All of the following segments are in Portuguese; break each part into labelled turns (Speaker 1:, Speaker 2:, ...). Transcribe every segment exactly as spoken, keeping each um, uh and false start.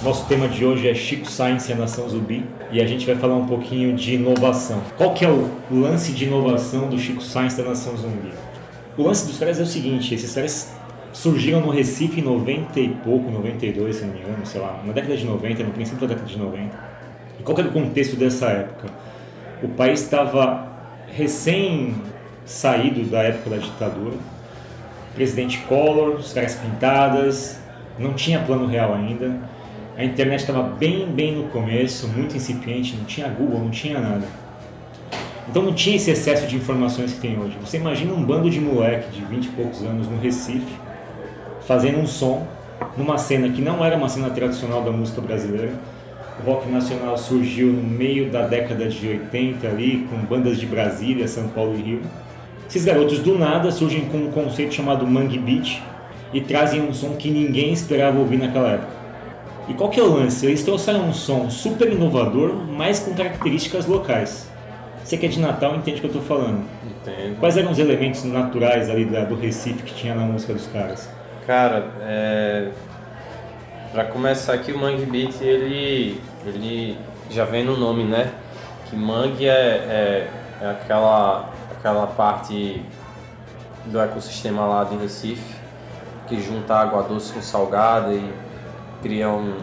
Speaker 1: Nosso tema de hoje é Chico Science e a Nação Zumbi e a gente vai falar um pouquinho de inovação. Qual que é o lance de inovação do Chico Science e da Nação Zumbi? O lance dos caras é o seguinte, esses caras surgiram no Recife em noventa e pouco, noventa e dois, se não me engano, sei lá, na década de noventa, no princípio da década de noventa. E qual que era o contexto dessa época? O país estava recém saído da época da ditadura, presidente Collor, os caras pintadas, não tinha plano real ainda, a internet estava bem, bem no começo, muito incipiente, não tinha Google, não tinha nada. Então não tinha esse excesso de informações que tem hoje. Você imagina um bando de moleque de vinte e poucos anos no Recife, fazendo um som, numa cena que não era uma cena tradicional da música brasileira. O rock nacional surgiu no meio da década de oitenta ali, com bandas de Brasília, São Paulo e Rio. Esses garotos do nada surgem com um conceito chamado Mangue Beat e trazem um som que ninguém esperava ouvir naquela época. E qual que é o lance? Eles trouxeram um som super inovador, mas com características locais. Você que é de Natal entende o que eu estou falando.
Speaker 2: Entendo.
Speaker 1: Quais eram os elementos naturais ali da, do Recife que tinha na música dos caras?
Speaker 2: Cara, é... para começar aqui, o Mangue Beat, ele, ele já vem no nome, né? Que mangue é, é, é aquela, aquela parte do ecossistema lá de Recife que junta água doce com salgada e cria um,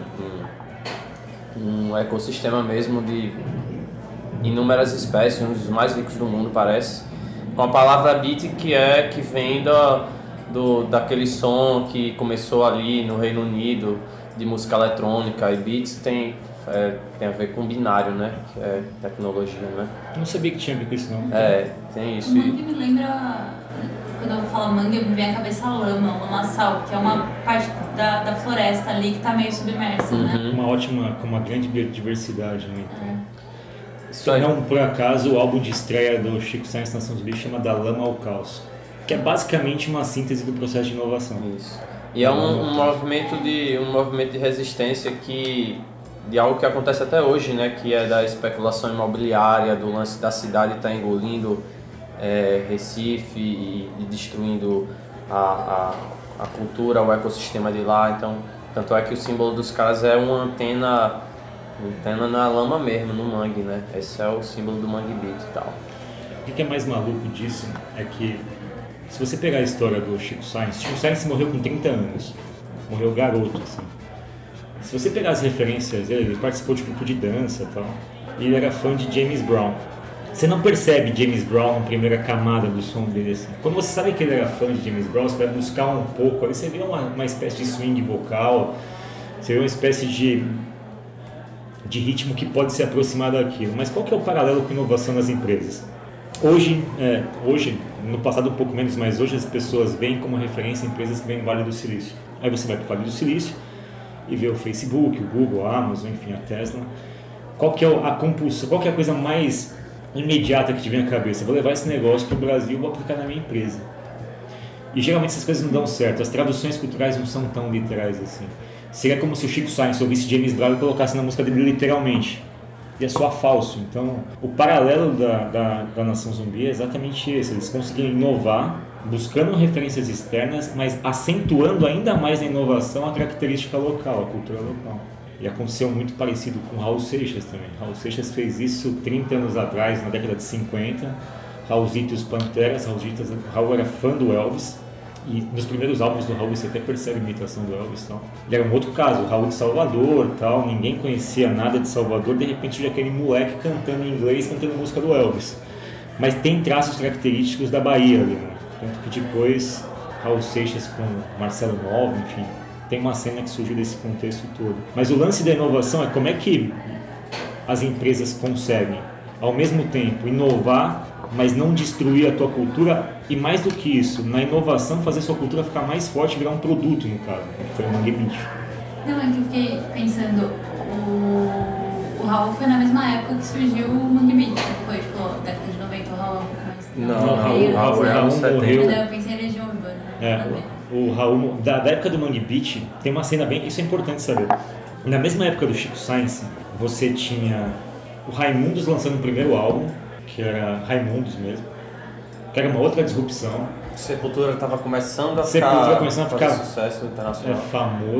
Speaker 2: um, um ecossistema mesmo de inúmeras espécies, um dos mais ricos do mundo, parece. Com a palavra beat, que é que vem da, do, daquele som que começou ali no Reino Unido, de música eletrônica, e beats tem, é, tem a ver com binário, né? Que é tecnologia, né?
Speaker 1: Não sabia que tinha a ver com isso, não.
Speaker 2: É, tem isso.
Speaker 3: O mangue me lembra, quando eu falo mangue, me vem à cabeça a lama, o lamaçal, que é uma parte da, da floresta ali que está meio submersa,
Speaker 2: Uhum.
Speaker 3: né?
Speaker 1: Uma ótima, com uma grande biodiversidade, né? Então,
Speaker 3: É.
Speaker 1: isso aí. Não, por acaso, o álbum de estreia do Chico Science Nação Zumbi chama Da Lama ao Caos, que é basicamente uma síntese do processo de inovação.
Speaker 2: Isso. E é um, um movimento de um movimento de resistência que de algo que acontece até hoje, né? Que é da especulação imobiliária, do lance da cidade estar tá engolindo é, Recife e, e destruindo a, a, a cultura, o ecossistema de lá. Então, tanto é que o símbolo dos caras é uma antena, antena na lama mesmo, no mangue, né? Esse é o símbolo do Mangue Beat e tal.
Speaker 1: O que é mais maluco disso é que, se você pegar a história do Chico Science, Chico Science morreu com trinta anos, morreu garoto, assim. Se você pegar as referências, ele participou de grupo de dança e tal, e ele era fã de James Brown. Você não percebe James Brown na primeira camada do som dele, assim. Quando você sabe que ele era fã de James Brown, você vai buscar um pouco, aí você vê uma, uma espécie de swing vocal, você vê uma espécie de, de ritmo que pode se aproximar daquilo. Mas qual que é o paralelo com inovação nas empresas? Hoje, é, hoje, no passado um pouco menos, mas hoje as pessoas veem como referência empresas que vêm do Vale do Silício. Aí você vai para o Vale do Silício e vê o Facebook, o Google, a Amazon, enfim, a Tesla. Qual que é a compulsão, qual que é a coisa mais imediata que te vem à cabeça? Vou levar esse negócio para o Brasil e vou aplicar na minha empresa. E geralmente essas coisas não dão certo, as traduções culturais não são tão literais assim. Seria como se o Chico Science ouvisse James Brown e colocasse na música dele literalmente. E é só falso. Então, o paralelo da, da, da Nação Zumbi é exatamente esse. Eles conseguiram inovar, buscando referências externas, mas acentuando ainda mais na inovação a característica local, a cultura local. E aconteceu muito parecido com Raul Seixas também. Raul Seixas fez isso trinta anos atrás, na década de cinquenta. Raulzito e os Panteras. Raulzitos, Raul era fã do Elvis. E nos primeiros álbuns do Raul você até percebe a imitação do Elvis e tal. E era um outro caso, o Raul de Salvador tal, ninguém conhecia nada de Salvador, de repente surge aquele moleque cantando em inglês, cantando música do Elvis. Mas tem traços característicos da Bahia ali, né? Tanto que depois Raul Seixas com Marcelo Novo, enfim, tem uma cena que surgiu desse contexto todo. Mas o lance da inovação é como é que as empresas conseguem, ao mesmo tempo, inovar, mas não destruir a tua cultura, e mais do que isso, na inovação fazer a sua cultura ficar mais forte e virar um produto, no caso, que foi o Mangue Beat.
Speaker 3: Não, é que eu fiquei pensando, o, o Raul foi na mesma época que surgiu o Mangue Beat, foi tipo, década de noventa, o Raul é um pouco mais...
Speaker 2: Não,
Speaker 1: Não, Raul, Raul,
Speaker 3: né?
Speaker 1: Raul morreu...
Speaker 3: Não, eu pensei em Legião Urbana.
Speaker 1: É, o Raul, da, da época do Mangue Beat, tem uma cena bem... Isso é importante saber. Na mesma época do Chico Science, você tinha o Raimundos lançando o primeiro álbum, que era Raimundos mesmo, que era uma outra disrupção.
Speaker 2: Sepultura estava começando a
Speaker 1: Sepultura
Speaker 2: ficar,
Speaker 1: começando a
Speaker 2: fazer
Speaker 1: ficar
Speaker 2: sucesso internacional.
Speaker 1: É famoso.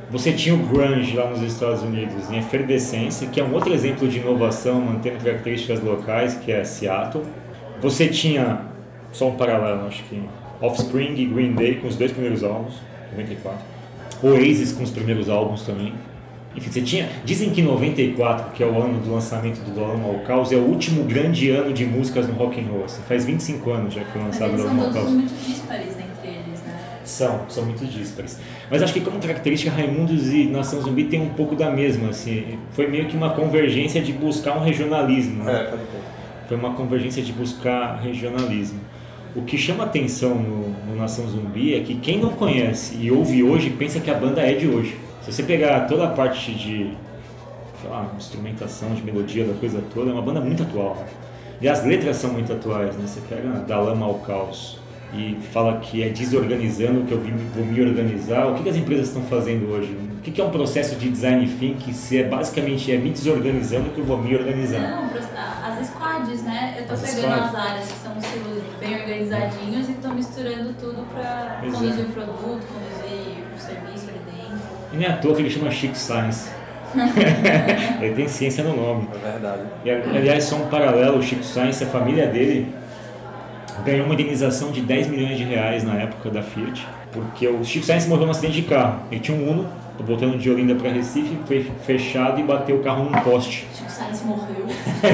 Speaker 1: Você tinha o grunge lá nos Estados Unidos em efervescência, que é um outro exemplo de inovação, mantendo características locais, que é Seattle. Você tinha, só um paralelo, acho que Offspring e Green Day com os dois primeiros álbuns, noventa e quatro. Oasis com os primeiros álbuns também. Enfim, você tinha... Dizem que noventa e quatro, que é o ano do lançamento do Do Alamo ao Caos, é o último grande ano de músicas no rock and roll. Assim, faz vinte e cinco anos já que foi lançado o Do Alamo ao Caos.
Speaker 3: São todos muito díspares entre eles, né?
Speaker 1: São, são muito díspares. Mas acho que como característica, Raimundos e Nação Zumbi tem um pouco da mesma. Assim, foi meio que uma convergência de buscar um regionalismo. Né?
Speaker 2: É, pode ter.
Speaker 1: Foi uma convergência de buscar regionalismo. O que chama atenção no, no Nação Zumbi é que quem não conhece e ouve hoje pensa que a banda é de hoje. Se você pegar toda a parte de, sei lá, instrumentação, de melodia, da coisa toda, é uma banda muito atual. Né? E as letras são muito atuais, né? Você pega Da Lama ao Caos e fala que é desorganizando, que eu vou me organizar. O que as empresas estão fazendo hoje? O que é um processo de design thinking se é basicamente é me desorganizando que eu vou me organizar?
Speaker 3: Não, as squads, né? Eu tô
Speaker 1: As
Speaker 3: pegando
Speaker 1: squads.
Speaker 3: as áreas que são silos bem organizadinhos e tô misturando tudo pra
Speaker 1: Pois
Speaker 3: conduzir
Speaker 1: é.
Speaker 3: o produto, conduzir o serviço ali dentro.
Speaker 1: E nem à toa que ele chama Chic Science. Ele tem ciência no nome.
Speaker 2: É verdade.
Speaker 1: E, aliás, só um paralelo, o Chico Science, a família dele ganhou uma indenização de dez milhões de reais na época da Fiat, porque o Chico Science morreu num acidente de carro. Ele tinha um Uno, tô voltando de Olinda para Recife, foi fechado e bateu o carro num poste.
Speaker 3: Chico Sainz morreu.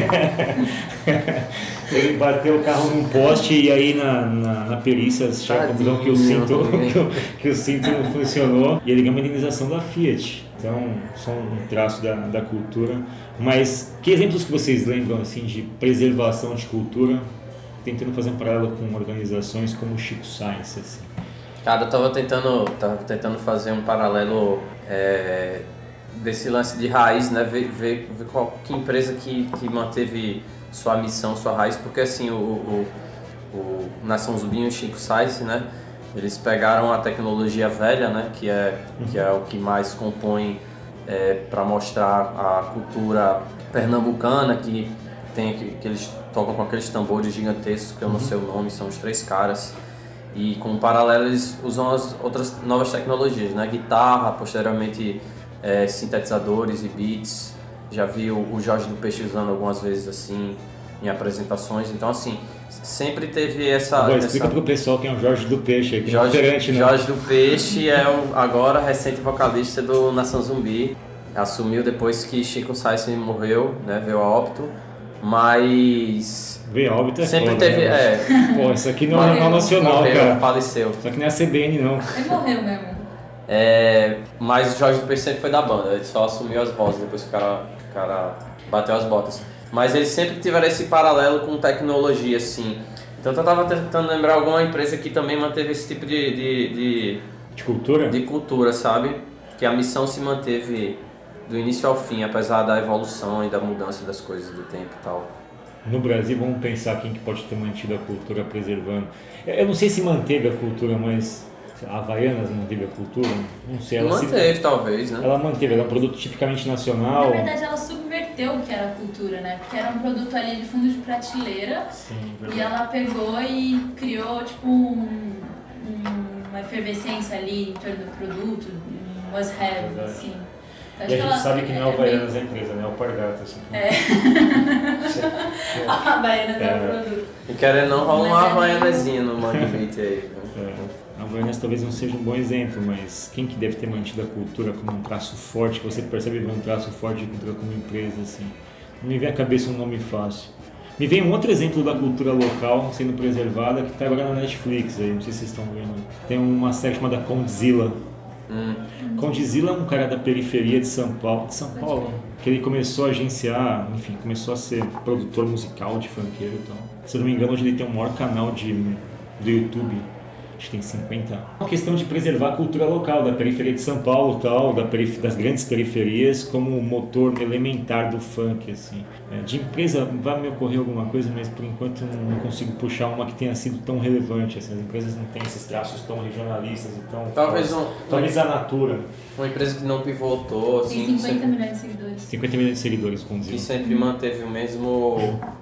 Speaker 1: Ele bateu o carro num poste e aí na, na, na perícia chega a conclusão que o cinto, que, o, que o cinto não funcionou e ele ganhou uma indenização da Fiat. Então, só um traço da, da cultura. Mas que exemplos que vocês lembram assim, de preservação de cultura, tentando fazer um paralelo com organizações como o Chico Science? Assim?
Speaker 2: Cara, eu tava tentando, tava tentando fazer um paralelo é, desse lance de raiz, né? Ver, ver, ver qual, que empresa que, que manteve sua missão, sua raiz, porque assim, o, o, o Nação Zumbi e o Chico Science, né? Eles pegaram a tecnologia velha, né? Que é, que é o que mais compõe é, para mostrar a cultura pernambucana, que, tem, que, que eles tocam com aqueles tambores gigantescos, que eu não sei o nome, são os três caras. E com paralelo eles usam as outras novas tecnologias, né? Guitarra, posteriormente é, sintetizadores e beats. Já vi o, o Jorge do Peixe usando algumas vezes assim em apresentações. Então assim, sempre teve essa...
Speaker 1: Bom,
Speaker 2: essa...
Speaker 1: explica pro pessoal quem é o Jorge do Peixe, que
Speaker 2: Jorge,
Speaker 1: é diferente, né?
Speaker 2: Jorge do Peixe é o agora recente vocalista do Nação Zumbi. Assumiu depois que Chico Science morreu, né? Veio a óbito. Mas...
Speaker 1: Veio a óbito é
Speaker 2: sempre
Speaker 1: foda,
Speaker 2: teve...
Speaker 1: né?
Speaker 2: É,
Speaker 1: Pô, isso aqui não é Jornal Nacional,
Speaker 2: morreu,
Speaker 1: cara.
Speaker 2: faleceu.
Speaker 1: Isso aqui não é a C B N, não.
Speaker 3: Ele morreu mesmo.
Speaker 2: É, mas o Jorge do Peixe sempre foi da banda, ele só assumiu as vozes depois que o cara, o cara bateu as botas. Mas eles sempre tiveram esse paralelo com tecnologia, assim. Então eu tava tentando lembrar alguma empresa que também manteve esse tipo de, de, de,
Speaker 1: De cultura?
Speaker 2: de cultura, sabe? Que a missão se manteve do início ao fim, apesar da evolução e da mudança das coisas do tempo e tal.
Speaker 1: No Brasil, vamos pensar quem que pode ter mantido a cultura preservando. Eu não sei se manteve a cultura, mas a Havaianas manteve a cultura? Não sei. Ela
Speaker 2: Manteve,
Speaker 1: se...
Speaker 2: talvez, né?
Speaker 1: Ela manteve, ela é um produto tipicamente nacional.
Speaker 3: Na verdade, ela subverteu o que era a cultura, né? Porque era um produto ali de fundo de prateleira.
Speaker 1: Sim,
Speaker 3: E
Speaker 1: verdade.
Speaker 3: ela pegou e criou, tipo, um, um- uma efervescência ali em torno do produto, um must-have,
Speaker 1: Verdade.
Speaker 3: assim.
Speaker 1: E
Speaker 3: Então,
Speaker 1: a
Speaker 3: acho
Speaker 1: gente
Speaker 3: que ela-
Speaker 1: sabe que não é o
Speaker 3: é
Speaker 1: Havaianas a empresa, né? É o Pargatas. Assim.
Speaker 3: É. A Havaianas é
Speaker 1: É.
Speaker 3: o produto.
Speaker 2: E querendo não, rola uma
Speaker 3: Mas é
Speaker 2: havaianazinha no Mangue Beat aí. Né?
Speaker 1: É. A Havaianas talvez não seja um bom exemplo, mas quem que deve ter mantido a cultura como um traço forte, que você percebe ver um traço forte de cultura como empresa, assim? Não me vem à cabeça um nome fácil. Me vem um outro exemplo da cultura local sendo preservada, que está agora na Netflix, aí, não sei se vocês estão vendo. Tem uma série chamada Condzilla.
Speaker 2: Hum.
Speaker 1: Condzilla é um cara da periferia de São Paulo, de São Paulo, que ele começou a agenciar, enfim, começou a ser produtor musical de funkeiro e tal. Se eu não me engano, hoje ele tem o maior canal de, do YouTube. Acho que tem cinquenta. É uma questão de preservar a cultura local, da periferia de São Paulo, tal, da perif- das grandes periferias, como motor elementar do funk, assim. É, de empresa vai me ocorrer alguma coisa, mas por enquanto não não consigo puxar uma que tenha sido tão relevante. Assim. As empresas não têm esses traços tão regionalistas e tão
Speaker 2: Talvez
Speaker 1: fortes.
Speaker 2: um-
Speaker 1: Talvez a Natura.
Speaker 2: Uma empresa que não pivotou,
Speaker 3: Tem
Speaker 2: assim,
Speaker 3: cinquenta
Speaker 2: sempre,
Speaker 3: milhões de seguidores.
Speaker 1: cinquenta milhões de seguidores com
Speaker 2: que
Speaker 1: Zilla.
Speaker 2: sempre manteve o mesmo,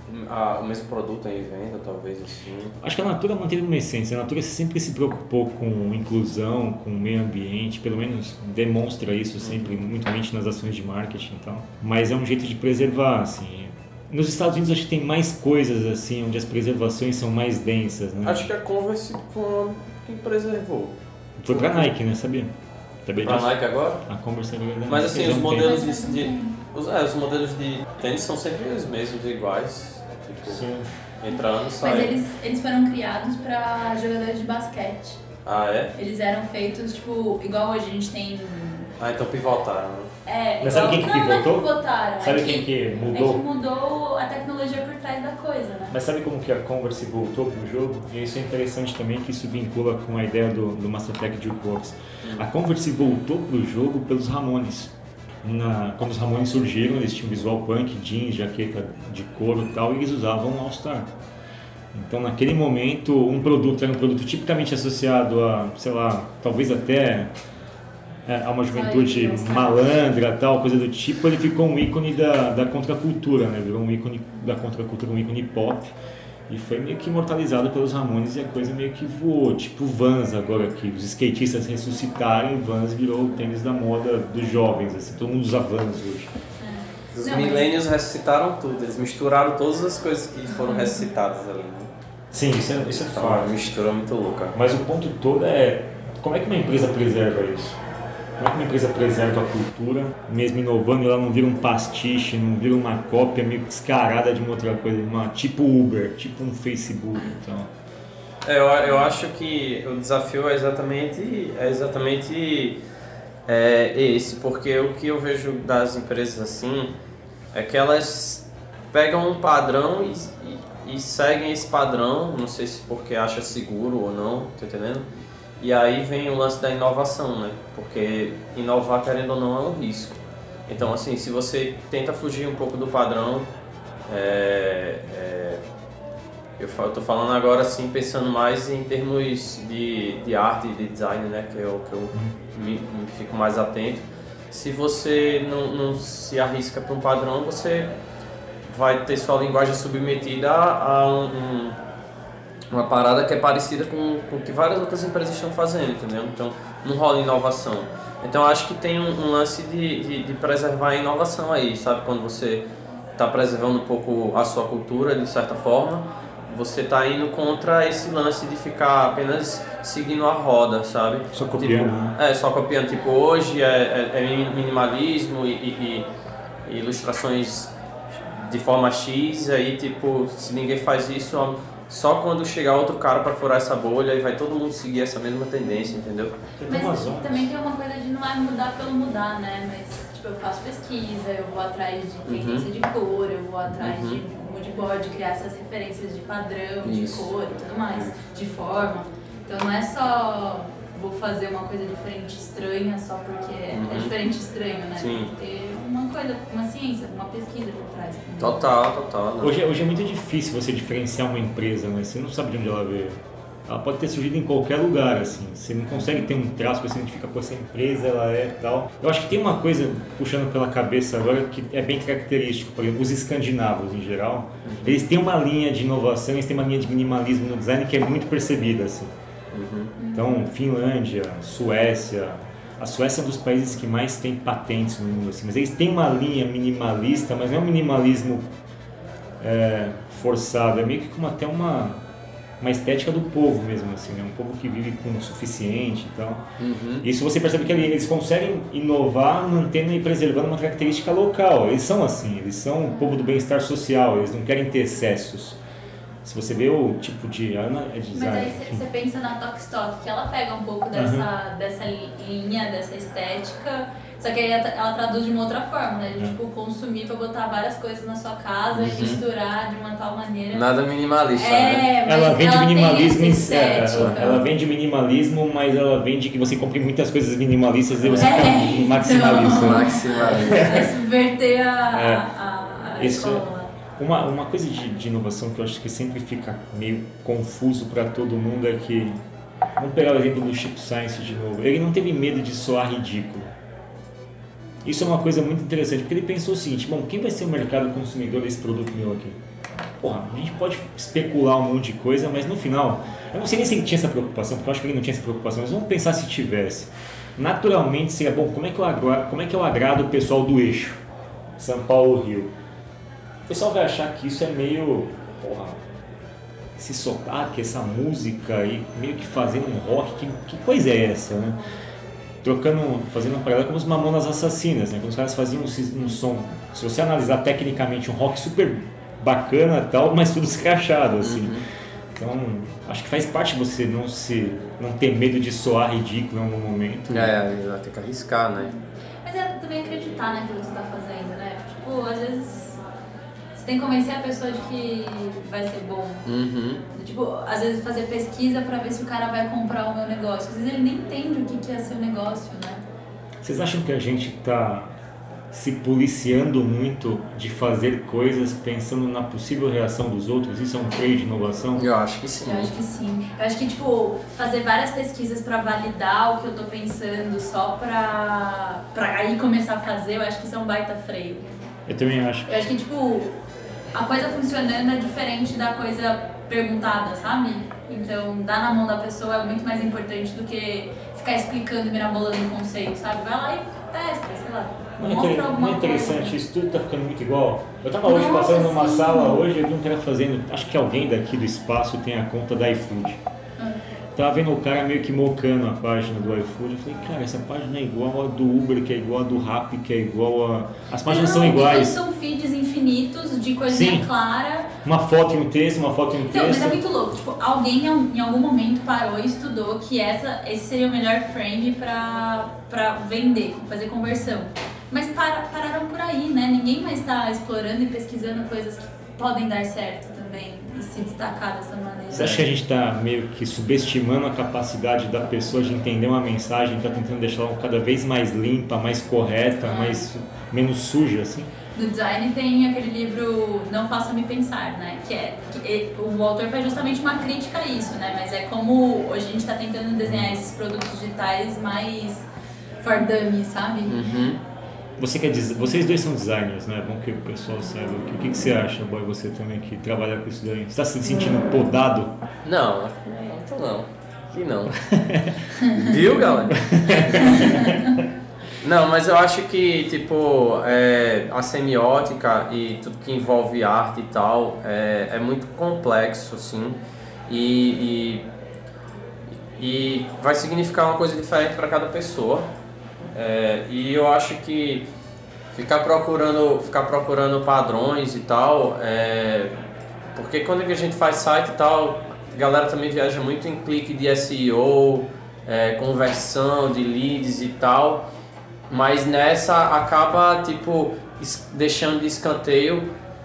Speaker 2: a, o mesmo produto em venda, talvez assim.
Speaker 1: Acho que a Natura manteve uma essência. A Natura sempre se preocupou com inclusão, com o meio ambiente, pelo menos demonstra isso sempre, muituamente nas ações de marketing e tal. Mas é um jeito de preservar, assim. Nos Estados Unidos acho que tem mais coisas assim, onde as preservações são mais densas, né?
Speaker 2: Acho que a Converse foi quem preservou.
Speaker 1: Foi pra Nike, né? Sabia? Sabia
Speaker 2: Pra
Speaker 1: disso?
Speaker 2: Nike agora?
Speaker 1: A Converse é verdade.
Speaker 2: Mas assim,
Speaker 1: Já
Speaker 2: os
Speaker 1: não tem.
Speaker 2: modelos de, de os, é, os modelos de tênis são sempre os mesmos, iguais. Tipo,
Speaker 1: Sim.
Speaker 2: entrando,
Speaker 3: Mas
Speaker 2: saindo.
Speaker 3: eles, eles foram criados pra jogadores de basquete.
Speaker 2: Ah, é?
Speaker 3: Eles eram feitos, tipo, igual hoje a gente tem...
Speaker 2: Ah, então pivotaram, né?
Speaker 3: É,
Speaker 1: Mas sabe
Speaker 3: igual-
Speaker 1: quem que
Speaker 3: não, não é
Speaker 1: pivotou?
Speaker 3: pivotaram,
Speaker 1: Sabe
Speaker 3: é
Speaker 1: quem que
Speaker 3: É que
Speaker 1: mudou?
Speaker 3: mudou a tecnologia por trás da coisa, né?
Speaker 1: Mas sabe como que a Converse voltou pro jogo? E isso é interessante também, que isso vincula com a ideia do, do Mastertech Jukebox. A Converse voltou pro jogo pelos Ramones. Na, quando os Ramones surgiram, eles tinham visual punk, jeans, jaqueta de couro e tal, e eles usavam um All-Star. Então, naquele momento, um produto era um produto tipicamente associado a, sei lá, talvez até é, a uma juventude
Speaker 3: All-Star.
Speaker 1: malandra, tal, coisa do tipo. Ele ficou um ícone da, da contracultura, né? Virou um ícone da contracultura, um ícone pop. E foi meio que imortalizado pelos Ramones e a coisa meio que voou. Tipo Vans agora, que os skatistas ressuscitaram e Vans virou o tênis da moda dos jovens, assim. Todo mundo usa Vans hoje.
Speaker 2: Os
Speaker 3: Não, mas-
Speaker 2: millennials ressuscitaram tudo, eles misturaram todas as coisas que foram ressuscitadas ali, né?
Speaker 1: Sim, isso é, isso é
Speaker 2: Então,
Speaker 1: fato.
Speaker 2: uma mistura muito louca.
Speaker 1: Mas o ponto todo é como é que uma empresa preserva isso? Como é que uma empresa preserva a cultura, mesmo inovando, e ela não vira um pastiche, não vira uma cópia meio descarada de uma outra coisa, uma, tipo Uber, tipo um Facebook, então...
Speaker 2: É, eu, eu acho que o desafio é exatamente, é exatamente é, esse, porque o que eu vejo das empresas assim é que elas pegam um padrão e, e, e seguem esse padrão, não sei se porque acha seguro ou não, tá entendendo? E aí vem o lance da inovação, né? Porque inovar, querendo ou não, é um risco. Então, assim, se você tenta fugir um pouco do padrão, é, é, eu estou falando agora, assim, pensando mais em termos de, de arte e de design, né? Que é o que eu me, me fico mais atento. Se você não, não se arrisca para um padrão, você vai ter sua linguagem submetida a, a um, um uma parada que é parecida com, com o que várias outras empresas estão fazendo, entendeu? Então, não rola inovação. Então, acho que tem um, um lance de, de, de preservar a inovação aí, sabe? Quando você está preservando um pouco a sua cultura, de certa forma, você está indo contra esse lance de ficar apenas seguindo a roda, sabe?
Speaker 1: Só copiando,
Speaker 2: Tipo,
Speaker 1: né?
Speaker 2: é, só copiando. Tipo, hoje é, é, é minimalismo e, e, e ilustrações de forma X, aí, tipo, se ninguém faz isso... Só quando chegar outro cara pra furar essa bolha e vai todo mundo seguir essa mesma tendência, entendeu?
Speaker 1: Tem umas
Speaker 3: Mas
Speaker 1: ondas.
Speaker 3: também tem uma coisa de não é mudar pelo mudar, né? Mas, tipo, eu faço pesquisa, eu vou atrás de tendência de cor, eu vou atrás
Speaker 2: Uhum.
Speaker 3: de moodboard, criar essas referências de padrão,
Speaker 2: Isso.
Speaker 3: de cor e tudo mais, de forma. Então não é só vou fazer uma coisa diferente estranha só porque
Speaker 2: Uhum.
Speaker 3: é diferente e estranho, né?
Speaker 2: Sim.
Speaker 3: Tem que ter uma coisa, uma ciência, uma pesquisa por trás. também.
Speaker 2: Total, total. Né?
Speaker 1: Hoje, hoje é muito difícil você diferenciar uma empresa, né? Você não sabe de onde ela veio. Ela pode ter surgido em qualquer lugar, assim. Você não consegue ter um traço que você identifica, pô, essa empresa, ela é tal. Eu acho que tem uma coisa, puxando pela cabeça agora, que é bem característico. Por exemplo, os escandinavos, em geral, eles têm uma linha de inovação, eles têm uma linha de minimalismo no design que é muito percebida, assim. Então, Finlândia, Suécia... A Suécia é um dos países que mais tem patentes no mundo, assim. Mas eles têm uma linha minimalista, mas não é um minimalismo é, forçado. É meio que como até uma... uma estética do povo mesmo, assim, né? Um povo que vive com o suficiente e tal.
Speaker 2: Uhum.
Speaker 1: Isso você percebe que eles conseguem inovar mantendo e preservando uma característica local. Eles são assim, eles são o povo do bem-estar social, eles não querem ter excessos. Se você vê o tipo de... A Ana é
Speaker 3: Mas
Speaker 1: designer.
Speaker 3: aí você pensa na Tokstok, que ela pega um pouco dessa, dessa linha, dessa estética, só que aí ela, ela traduz de uma outra forma, né? De,
Speaker 1: É.
Speaker 3: tipo, consumir pra botar várias coisas na sua casa e misturar de uma tal maneira.
Speaker 2: Nada minimalista, né?
Speaker 3: É, mas
Speaker 1: Ela vende
Speaker 3: ela tem
Speaker 1: minimalismo em
Speaker 3: essa
Speaker 1: é,
Speaker 3: estética.
Speaker 1: ela, ela vende minimalismo, mas ela vende que você compre muitas coisas minimalistas e você
Speaker 3: É,
Speaker 1: fica maximalista.
Speaker 3: então-
Speaker 1: né?
Speaker 2: Maximalista.
Speaker 3: Vai subverter a,
Speaker 1: É.
Speaker 3: a, a
Speaker 1: Isso-
Speaker 3: escola.
Speaker 1: Uma, uma coisa de, de inovação que eu acho que sempre fica meio confuso para todo mundo é que, vamos pegar o exemplo do Chico Science de novo, ele não teve medo de soar ridículo. Isso é uma coisa muito interessante, porque ele pensou o seguinte, bom, quem vai ser o mercado consumidor desse produto meu aqui? porra, a gente pode especular um monte de coisa, mas no final, eu não sei nem se ele tinha essa preocupação, porque eu acho que ele não tinha essa preocupação, mas vamos pensar se tivesse. Naturalmente seria bom, como é que eu agrado, como é que eu agrado o pessoal do eixo, São Paulo-Rio? O pessoal vai achar que isso é meio, porra, esse sotaque, essa música e meio que fazendo um rock, que, que coisa é essa, né? Trocando, fazendo um paralelo com os Mamonas Assassinas, né? Quando os caras faziam um, um som, se você analisar tecnicamente um rock super bacana e tal, mas tudo escrachado, assim. Uhum. Então, acho que faz parte você não se, não ter medo de soar ridículo em algum momento.
Speaker 2: É, vai ter que arriscar, né?
Speaker 3: Mas é também acreditar naquilo que você tá fazendo, né? Tipo, às vezes você tem que convencer a pessoa de que vai ser bom.
Speaker 2: Uhum.
Speaker 3: Tipo, às vezes fazer pesquisa pra ver se o cara vai comprar o meu negócio. Às vezes ele nem entende o que, que é seu negócio, né?
Speaker 1: Vocês acham que a gente tá se policiando muito de fazer coisas pensando na possível reação dos outros? Isso é um freio de inovação?
Speaker 2: Eu acho que sim.
Speaker 3: Eu acho que sim. Eu acho que, tipo, fazer várias pesquisas pra validar o que eu tô pensando só pra, pra aí começar a fazer, eu acho que isso é um baita freio.
Speaker 1: Eu também acho.
Speaker 3: Eu acho que, tipo, a coisa funcionando é diferente da coisa perguntada, sabe? Então, dar na mão da pessoa é muito mais importante do que ficar explicando, mirabolando o conceito, sabe? Vai lá e testa, sei lá.
Speaker 1: Não é, inter... não é interessante,
Speaker 3: coisa.
Speaker 1: Isso tudo tá ficando muito igual. Eu tava hoje
Speaker 3: Nossa,
Speaker 1: passando numa
Speaker 3: sim.
Speaker 1: sala, hoje eu vi um cara fazendo, acho que alguém daqui do espaço tem a conta da iFood.
Speaker 3: Ah.
Speaker 1: Tava vendo o cara meio que mocando a página do iFood, eu falei, cara, essa página é igual a do Uber, que é igual a do Rappi, que é igual a... As páginas
Speaker 3: não,
Speaker 1: são iguais.
Speaker 3: São feeds infinitos de coisinha
Speaker 1: Sim.
Speaker 3: clara.
Speaker 1: Uma foto e um texto, uma foto e um
Speaker 3: Então,
Speaker 1: texto.
Speaker 3: mas é muito louco. Tipo, alguém em algum momento parou e estudou que essa, esse seria o melhor frame pra, pra vender, fazer conversão. Mas para, pararam por aí, né? Ninguém mais está explorando e pesquisando coisas que podem dar certo também e se destacar dessa maneira.
Speaker 1: Você acha que a gente está meio que subestimando a capacidade da pessoa de entender uma mensagem, está tentando deixá-la cada vez mais limpa, mais correta,
Speaker 3: É.
Speaker 1: mais, menos suja, assim?
Speaker 3: No design tem aquele livro Não Faça-me Pensar, né? Que é, que o autor faz justamente uma crítica a isso, né? Mas é como hoje a gente está tentando desenhar esses produtos digitais mais for dummies, sabe?
Speaker 2: Uhum.
Speaker 1: Você quer dizer, vocês dois são designers, né? É bom que o pessoal saiba. O que, que, que você acha, Boy, você também que trabalha com isso daí? Você está se sentindo podado?
Speaker 2: Não, não tô não. Aqui não. Viu, galera? Não, mas eu acho que, tipo, é, a semiótica e tudo que envolve arte e tal é, é muito complexo, assim, e, e, e vai significar uma coisa diferente para cada pessoa. É, e eu acho que ficar procurando, ficar procurando padrões e tal, é, porque quando a gente faz site e tal, a galera também viaja muito em clique de S E O, é, conversão de leads e tal, mas nessa acaba tipo es- deixando de escanteio,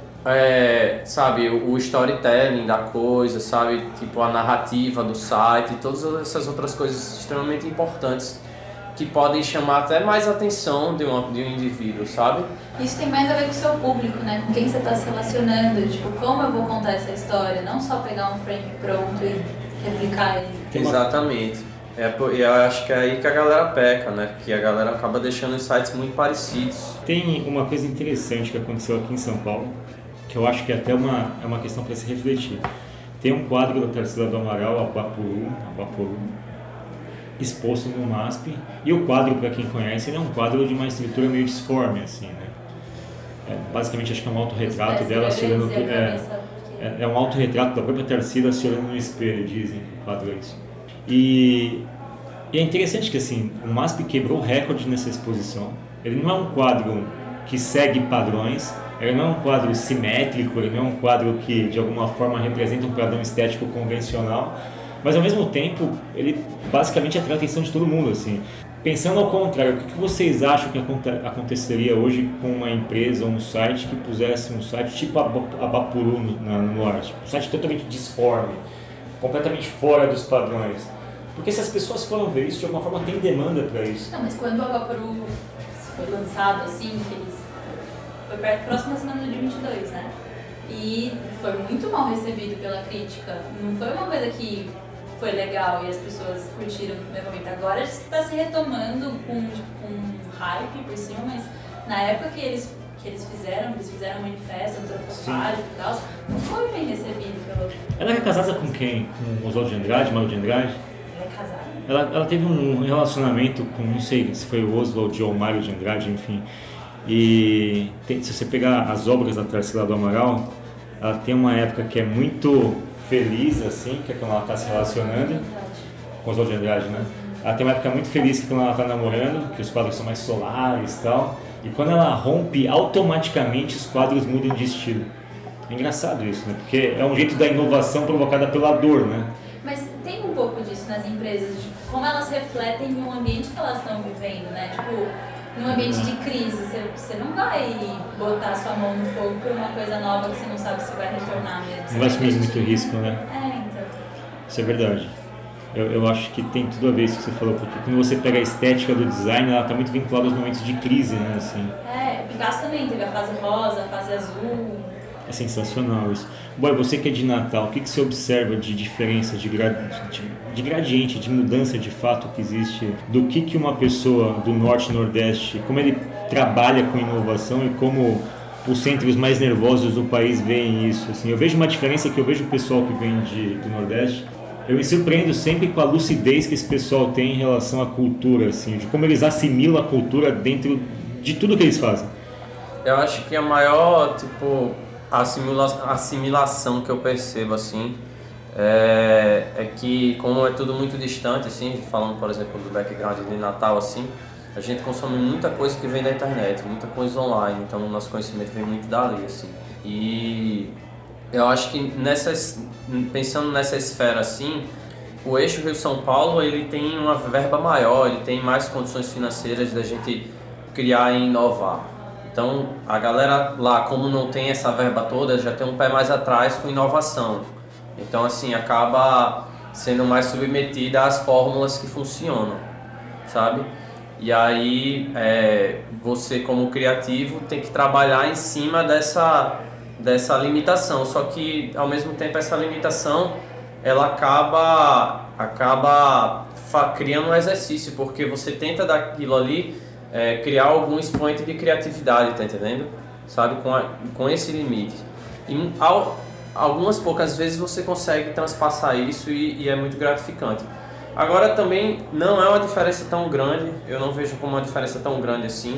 Speaker 2: é, sabe, o, o storytelling da coisa, sabe, tipo a narrativa do site, todas essas outras coisas extremamente importantes que podem chamar até mais atenção de, uma, de um indivíduo, sabe?
Speaker 3: Isso tem mais a ver com o seu público, né? Com quem você está se relacionando, tipo, como eu vou contar essa história, não só pegar um frame pronto e replicar ele.
Speaker 1: Tem uma-
Speaker 2: Exatamente. É, por- e eu acho que é aí que a galera peca, né? Que a galera acaba deixando os sites muito parecidos.
Speaker 1: Tem uma coisa interessante que aconteceu aqui em São Paulo, que eu acho que é até uma, é uma questão para se refletir. Tem um quadro da Tarsila do Amaral, Abapuru, Abapuru, exposto no M A S P, e o quadro, para quem conhece, ele é um quadro de uma estrutura meio disforme, assim, né? É, basicamente, acho que é um autorretrato dela se olhando... É, é, é um autorretrato da própria Tarsila se olhando no espelho, dizem que o quadro é isso. E, e é interessante que, assim, o M A S P quebrou o recorde nessa exposição. Ele não é um quadro que segue padrões, ele não é um quadro simétrico, ele não é um quadro que, de alguma forma, representa um padrão estético convencional, mas ao mesmo tempo ele basicamente atrai a atenção de todo mundo, assim. Pensando ao contrário, o que vocês acham que aconteceria hoje com uma empresa ou um site que pusesse um site tipo a Bapuru no, no ar, um site totalmente disforme, completamente fora dos padrões? Porque se as pessoas foram ver isso, de alguma forma tem demanda para isso.
Speaker 3: Não, mas quando o Bapuru foi lançado assim, que eles... foi perto, próximo da semana do dia vinte e dois, né? E foi muito mal recebido pela crítica. Não foi uma coisa que foi legal e as pessoas curtiram no primeiro momento. Agora está se retomando com, com hype por cima, mas na época que eles, que eles fizeram, eles fizeram um manifesto antropofágico e tal, não foi bem recebido pelo...
Speaker 1: Ela é casada com quem? Com Oswaldo de Andrade, Mário de Andrade?
Speaker 3: Ela é casada?
Speaker 1: Ela, ela teve um relacionamento com, não sei se foi o Oswald ou o Mário de Andrade, enfim. E tem, se você pegar as obras da Tarsila do Amaral, ela tem uma época que é muito feliz, assim, que é quando ela está se relacionando com Oswald de Andrade, né? Ela tem uma época muito feliz que é quando ela está namorando, que os quadros são mais solares e tal. E quando ela rompe, automaticamente os quadros mudam de estilo. É engraçado isso, né? Porque é um jeito da inovação provocada pela dor, né?
Speaker 3: Mas tem um pouco disso nas empresas, de como elas refletem o ambiente que elas estão vivendo, né? Tipo, num ambiente de crise, você, você não vai botar sua mão no fogo por uma coisa nova que você não sabe se vai retornar mesmo.
Speaker 1: Não vai assumir muito risco, né?
Speaker 3: É, então.
Speaker 1: Isso é verdade. Eu, eu acho que tem tudo a ver isso que você falou, porque quando você pega a estética do design, ela está muito vinculada aos momentos de crise, né? Assim.
Speaker 3: É, Picasso também teve a fase rosa, a fase azul.
Speaker 1: É sensacional isso. Boy, você que é de Natal, o que, que você observa de diferença, de, gra... de, de gradiente, de mudança de fato que existe, do que, que uma pessoa do Norte e Nordeste, como ele trabalha com inovação e como os centros mais nervosos do país veem isso? Assim, eu vejo uma diferença que eu vejo o pessoal que vem de, do Nordeste, eu me surpreendo sempre com a lucidez que esse pessoal tem em relação à cultura, assim, de como eles assimilam a cultura dentro de tudo que eles fazem.
Speaker 2: Eu acho que a maior, tipo, assimila assimilação que eu percebo, assim, é, é que, como é tudo muito distante, assim, falando, por exemplo, do background de Natal, assim, a gente consome muita coisa que vem da internet, muita coisa online, então o nosso conhecimento vem muito dali, assim. E eu acho que nessas, pensando nessa esfera assim, o eixo Rio-São Paulo ele tem uma verba maior, ele tem mais condições financeiras da gente criar e inovar. Então a galera lá, como não tem essa verba toda, já tem um pé mais atrás com inovação. Então assim, acaba sendo mais submetida às fórmulas que funcionam, sabe? E aí é, você como criativo tem que trabalhar em cima dessa... dessa limitação, só que ao mesmo tempo essa limitação ela acaba acaba criando um exercício, porque você tenta daquilo ali é, criar algum expoente de criatividade, tá entendendo? Sabe, com, a, com esse limite. E ao, algumas poucas vezes você consegue transpassar isso e, e é muito gratificante. Agora também não é uma diferença tão grande, eu não vejo como uma diferença tão grande assim.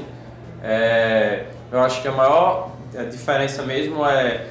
Speaker 2: É, eu acho que a maior a diferença mesmo é,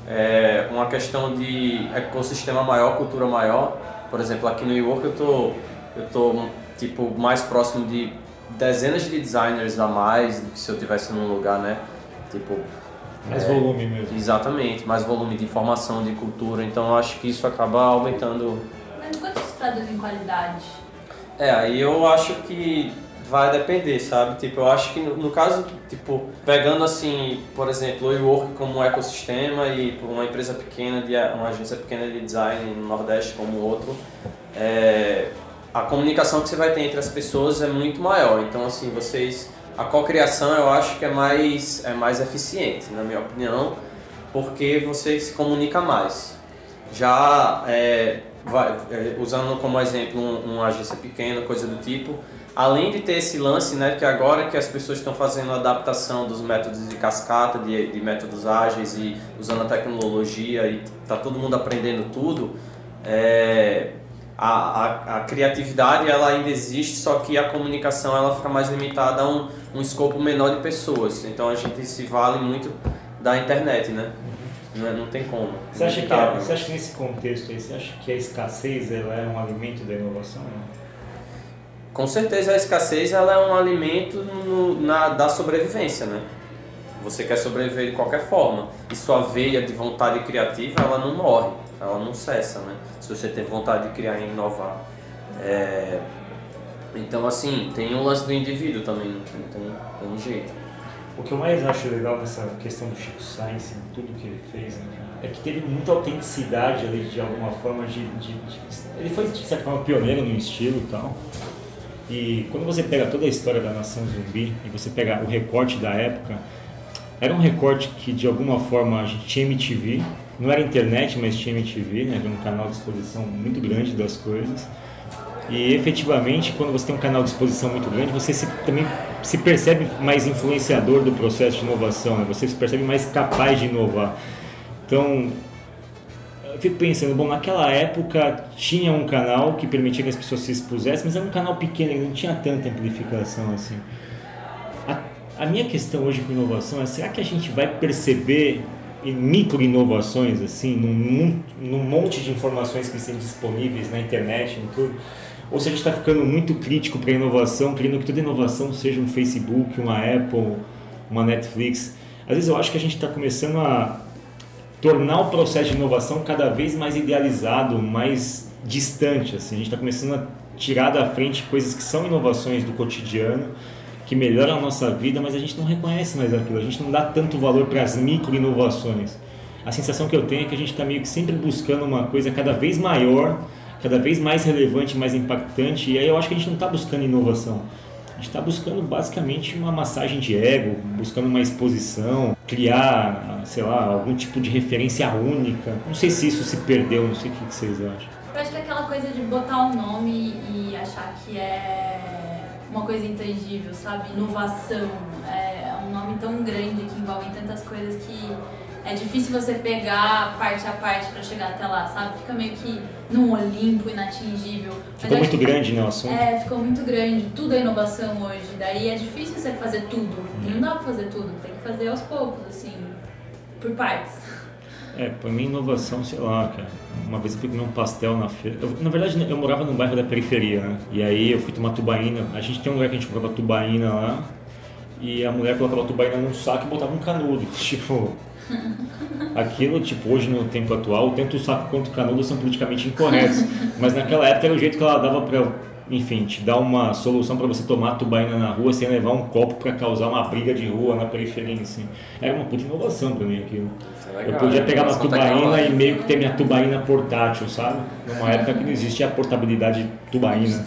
Speaker 2: é uma questão de ecossistema maior, cultura maior. Por exemplo, aqui no York eu tô, eu tô tipo, mais próximo de dezenas de designers a mais do que se eu estivesse num lugar, né? Tipo,
Speaker 1: mais
Speaker 2: é,
Speaker 1: volume mesmo.
Speaker 2: Exatamente, mais volume de informação, de cultura. Então eu acho que isso acaba aumentando.
Speaker 3: Mas quanto se traduz em qualidade?
Speaker 2: É, aí eu acho que vai depender, sabe? Tipo, eu acho que no, no caso, tipo, pegando assim, por exemplo, o WeWork como um ecossistema e uma empresa pequena, de, uma agência pequena de design no Nordeste como outro, é, a comunicação que você vai ter entre as pessoas é muito maior. Então, assim, vocês... A cocriação eu acho que é mais, é mais eficiente, na minha opinião, porque você se comunica mais. Já, é, vai, é, usando como exemplo um, uma agência pequena, coisa do tipo, além de ter esse lance, né, que agora que as pessoas estão fazendo a adaptação dos métodos de cascata, de, de métodos ágeis e usando a tecnologia e tá todo mundo aprendendo tudo, é, a, a, a criatividade ela ainda existe, só que a comunicação ela fica mais limitada a um, um escopo menor de pessoas. Então a gente se vale muito da internet, né? Não, é, não tem como.
Speaker 1: Você acha, que é, você acha que nesse contexto aí, você acha que a escassez ela é um alimento da inovação? Não?
Speaker 2: Com certeza a escassez ela é um alimento no, na, da sobrevivência, né? Você quer sobreviver de qualquer forma. E sua veia de vontade criativa, ela não morre, ela não cessa, né? Se você tem vontade de criar e inovar. É... Então, assim, tem o lance do indivíduo também, não tem, tem jeito.
Speaker 1: O que eu mais acho legal nessa questão do Chico Science, em tudo que ele fez, né, é que teve muita autenticidade ali, de alguma forma, de, de, de... Ele foi, de certa forma, pioneiro no estilo e tal. E quando você pega toda a história da Nação Zumbi e você pega o recorte da época, era um recorte que de alguma forma a gente tinha M T V, não era internet, mas tinha M T V, né? Era um canal de exposição muito grande das coisas. E efetivamente, quando você tem um canal de exposição muito grande, você se, também se percebe mais influenciador do processo de inovação, né? Você se percebe mais capaz de inovar. Então, eu fico pensando, bom, naquela época tinha um canal que permitia que as pessoas se expusessem, mas era um canal pequeno, ele não tinha tanta amplificação assim. A, a minha questão hoje com inovação é, será que a gente vai perceber micro-inovações assim, num, num monte de informações que estão disponíveis na internet, em tudo? Ou se a gente está ficando muito crítico para a inovação, querendo que toda inovação seja um Facebook, uma Apple, uma Netflix. Às vezes eu acho que a gente está começando a tornar o processo de inovação cada vez mais idealizado, mais distante. Assim. A gente está começando a tirar da frente coisas que são inovações do cotidiano, que melhoram a nossa vida, mas a gente não reconhece mais aquilo, a gente não dá tanto valor para as micro-inovações. A sensação que eu tenho é que a gente está meio que sempre buscando uma coisa cada vez maior, cada vez mais relevante, mais impactante, e aí eu acho que a gente não está buscando inovação. A gente está buscando basicamente uma massagem de ego, buscando uma exposição, criar, sei lá, algum tipo de referência única. Não sei se isso se perdeu, não sei o que vocês acham.
Speaker 3: Eu acho que é aquela coisa de botar um nome e achar que é uma coisa intangível, sabe? Inovação. É um nome tão grande que envolve tantas coisas que é difícil você pegar parte a parte para chegar até lá, sabe? Fica meio que num Olimpo inatingível.
Speaker 1: Ficou muito grande, né, o assunto?
Speaker 3: É, ficou muito grande. Tudo é inovação hoje. Daí é difícil você fazer tudo. Não dá pra fazer tudo. Tem que fazer aos poucos, assim, por partes.
Speaker 1: É, pra mim inovação, sei lá, cara. Uma vez eu fui comer um pastel na feira. Eu, na verdade, eu morava num bairro da periferia, né? E aí eu fui tomar tubaína. A gente tem um lugar que a gente comprava tubaína lá. E a mulher colocava a tubaína num saco e botava um canudo. Tipo... Aquilo, tipo, hoje no tempo atual, tanto o saco quanto o canudo são politicamente incorretos, mas naquela época era o jeito que ela dava pra, enfim, te dar uma solução pra você tomar a tubaína na rua sem levar um copo pra causar uma briga de rua na periferia, assim. Era uma puta inovação pra mim aquilo.
Speaker 2: Legal,
Speaker 1: eu podia pegar uma tubaína e meio que ter minha
Speaker 2: né?
Speaker 1: tubaína portátil, sabe? Numa época que não existia a portabilidade de tubaína.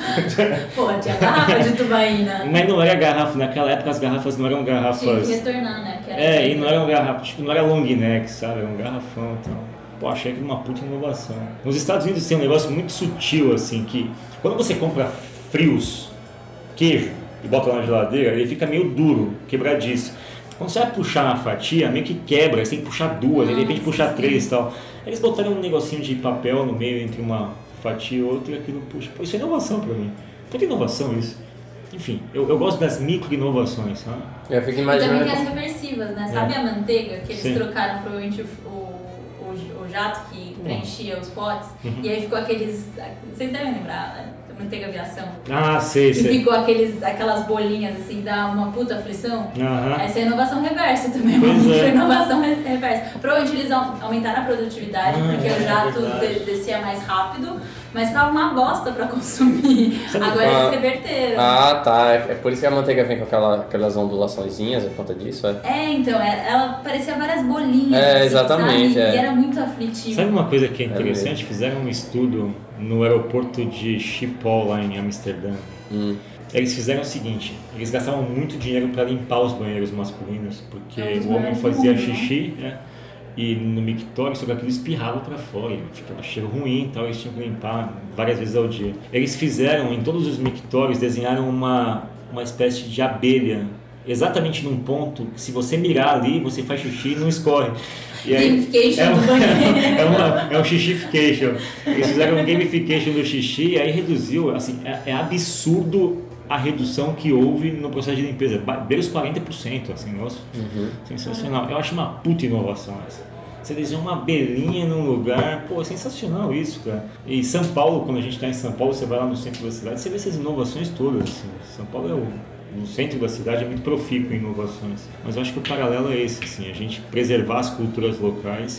Speaker 3: Pô, tinha garrafa de tubaína.
Speaker 1: Mas não era garrafa, naquela época as garrafas não eram garrafas...
Speaker 3: Tinha que retornar, né? Porque era
Speaker 1: É,
Speaker 3: assim.
Speaker 1: e não eram garrafas, tipo, não era long neck, sabe? Era um garrafão e tal. Pô, achei que era uma puta inovação. Nos Estados Unidos tem um negócio muito sutil, assim, que quando você compra frios, queijo, e bota lá na geladeira, ele fica meio duro, quebradiço. Quando você vai puxar uma fatia, meio que quebra, você tem que puxar duas, aí de repente puxar três e tal. Eles botaram um negocinho de papel no meio entre uma fatia e outra e aquilo puxa. Pô, isso é inovação pra mim. Puta inovação isso. Enfim, eu, eu gosto das micro-inovações, sabe?
Speaker 2: Eu fico
Speaker 3: E
Speaker 2: imaginando...
Speaker 3: também tem as reversivas, né? Sabe
Speaker 1: É.
Speaker 3: a manteiga que eles
Speaker 1: Sim.
Speaker 3: trocaram provavelmente o, o, o, o jato que preenchia os potes?
Speaker 1: Uhum.
Speaker 3: E aí ficou aqueles... Vocês devem lembrar, né? Manteiga aviação.
Speaker 1: Ah, sei,
Speaker 3: E
Speaker 1: sei.
Speaker 3: ficou aqueles, aquelas bolinhas assim, dá uma puta aflição.
Speaker 1: Aham.
Speaker 3: Essa é inovação reversa também, uma
Speaker 1: Pois é.
Speaker 3: inovação re- reversa. Provavelmente eles au- aumentaram a produtividade,
Speaker 1: Ah,
Speaker 3: porque
Speaker 1: é
Speaker 3: o jato
Speaker 1: verdade.
Speaker 3: de- descia mais rápido, mas ficava uma bosta pra consumir.
Speaker 1: Sabe-
Speaker 3: Agora
Speaker 2: Ah.
Speaker 3: eles reverteram.
Speaker 2: Ah, tá. É por isso que a manteiga vem com aquela, aquelas ondulaçõezinhas, é por conta disso, é?
Speaker 3: É, então, é- ela parecia várias bolinhas.
Speaker 2: É,
Speaker 3: assim,
Speaker 2: exatamente,
Speaker 3: sabe?
Speaker 2: é.
Speaker 3: E era muito aflitivo.
Speaker 1: Sabe uma coisa que é
Speaker 2: É
Speaker 1: interessante?
Speaker 2: mesmo.
Speaker 1: Fizeram um estudo no aeroporto de Schiphol, lá em Amsterdã.
Speaker 2: Hum.
Speaker 1: Eles fizeram o seguinte, eles gastavam muito dinheiro para limpar os banheiros masculinos, porque
Speaker 3: É um dos
Speaker 1: o homem
Speaker 3: maiores do
Speaker 1: fazia
Speaker 3: mundo, né?
Speaker 1: xixi, né? E no mictório, só que aquilo espirrava para fora, e ficava cheiro ruim e tal, eles tinham que limpar várias vezes ao dia. Eles fizeram, em todos os mictórios, desenharam uma, uma espécie de abelha, exatamente num ponto que se você mirar ali, você faz xixi e não escorre. E aí,
Speaker 3: Gamification
Speaker 1: é,
Speaker 3: do
Speaker 1: um,
Speaker 3: banheiro.
Speaker 1: é, uma, é um xixification. Eles fizeram um gamification do xixi e aí reduziu, assim, é, é absurdo a redução que houve no processo de limpeza, beira os quarenta por cento, assim, nossa,
Speaker 2: Uhum.
Speaker 1: sensacional. Eu acho uma puta inovação essa. Você desenha uma abelhinha num lugar, pô, é sensacional isso, cara. E São Paulo, quando a gente está em São Paulo, você vai lá no centro da cidade, você vê essas inovações todas, assim. São Paulo é o... no centro da cidade é muito profícuo em inovações. Mas eu acho que o paralelo é esse, assim, a gente preservar as culturas locais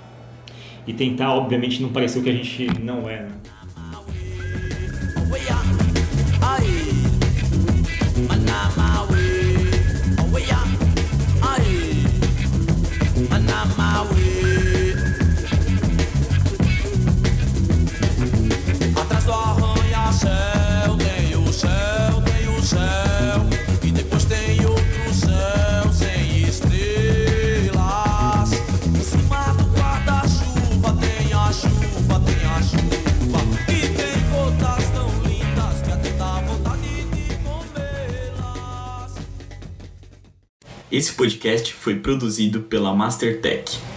Speaker 1: e tentar, obviamente, não parecer o que a gente não é, né?
Speaker 4: Atrás do arranha-céu tem o céu, tem o céu, e depois tem outro céu sem estrelas. Em cima do guarda-chuva tem a chuva, tem a chuva.
Speaker 5: Esse podcast foi produzido pela Mastertech.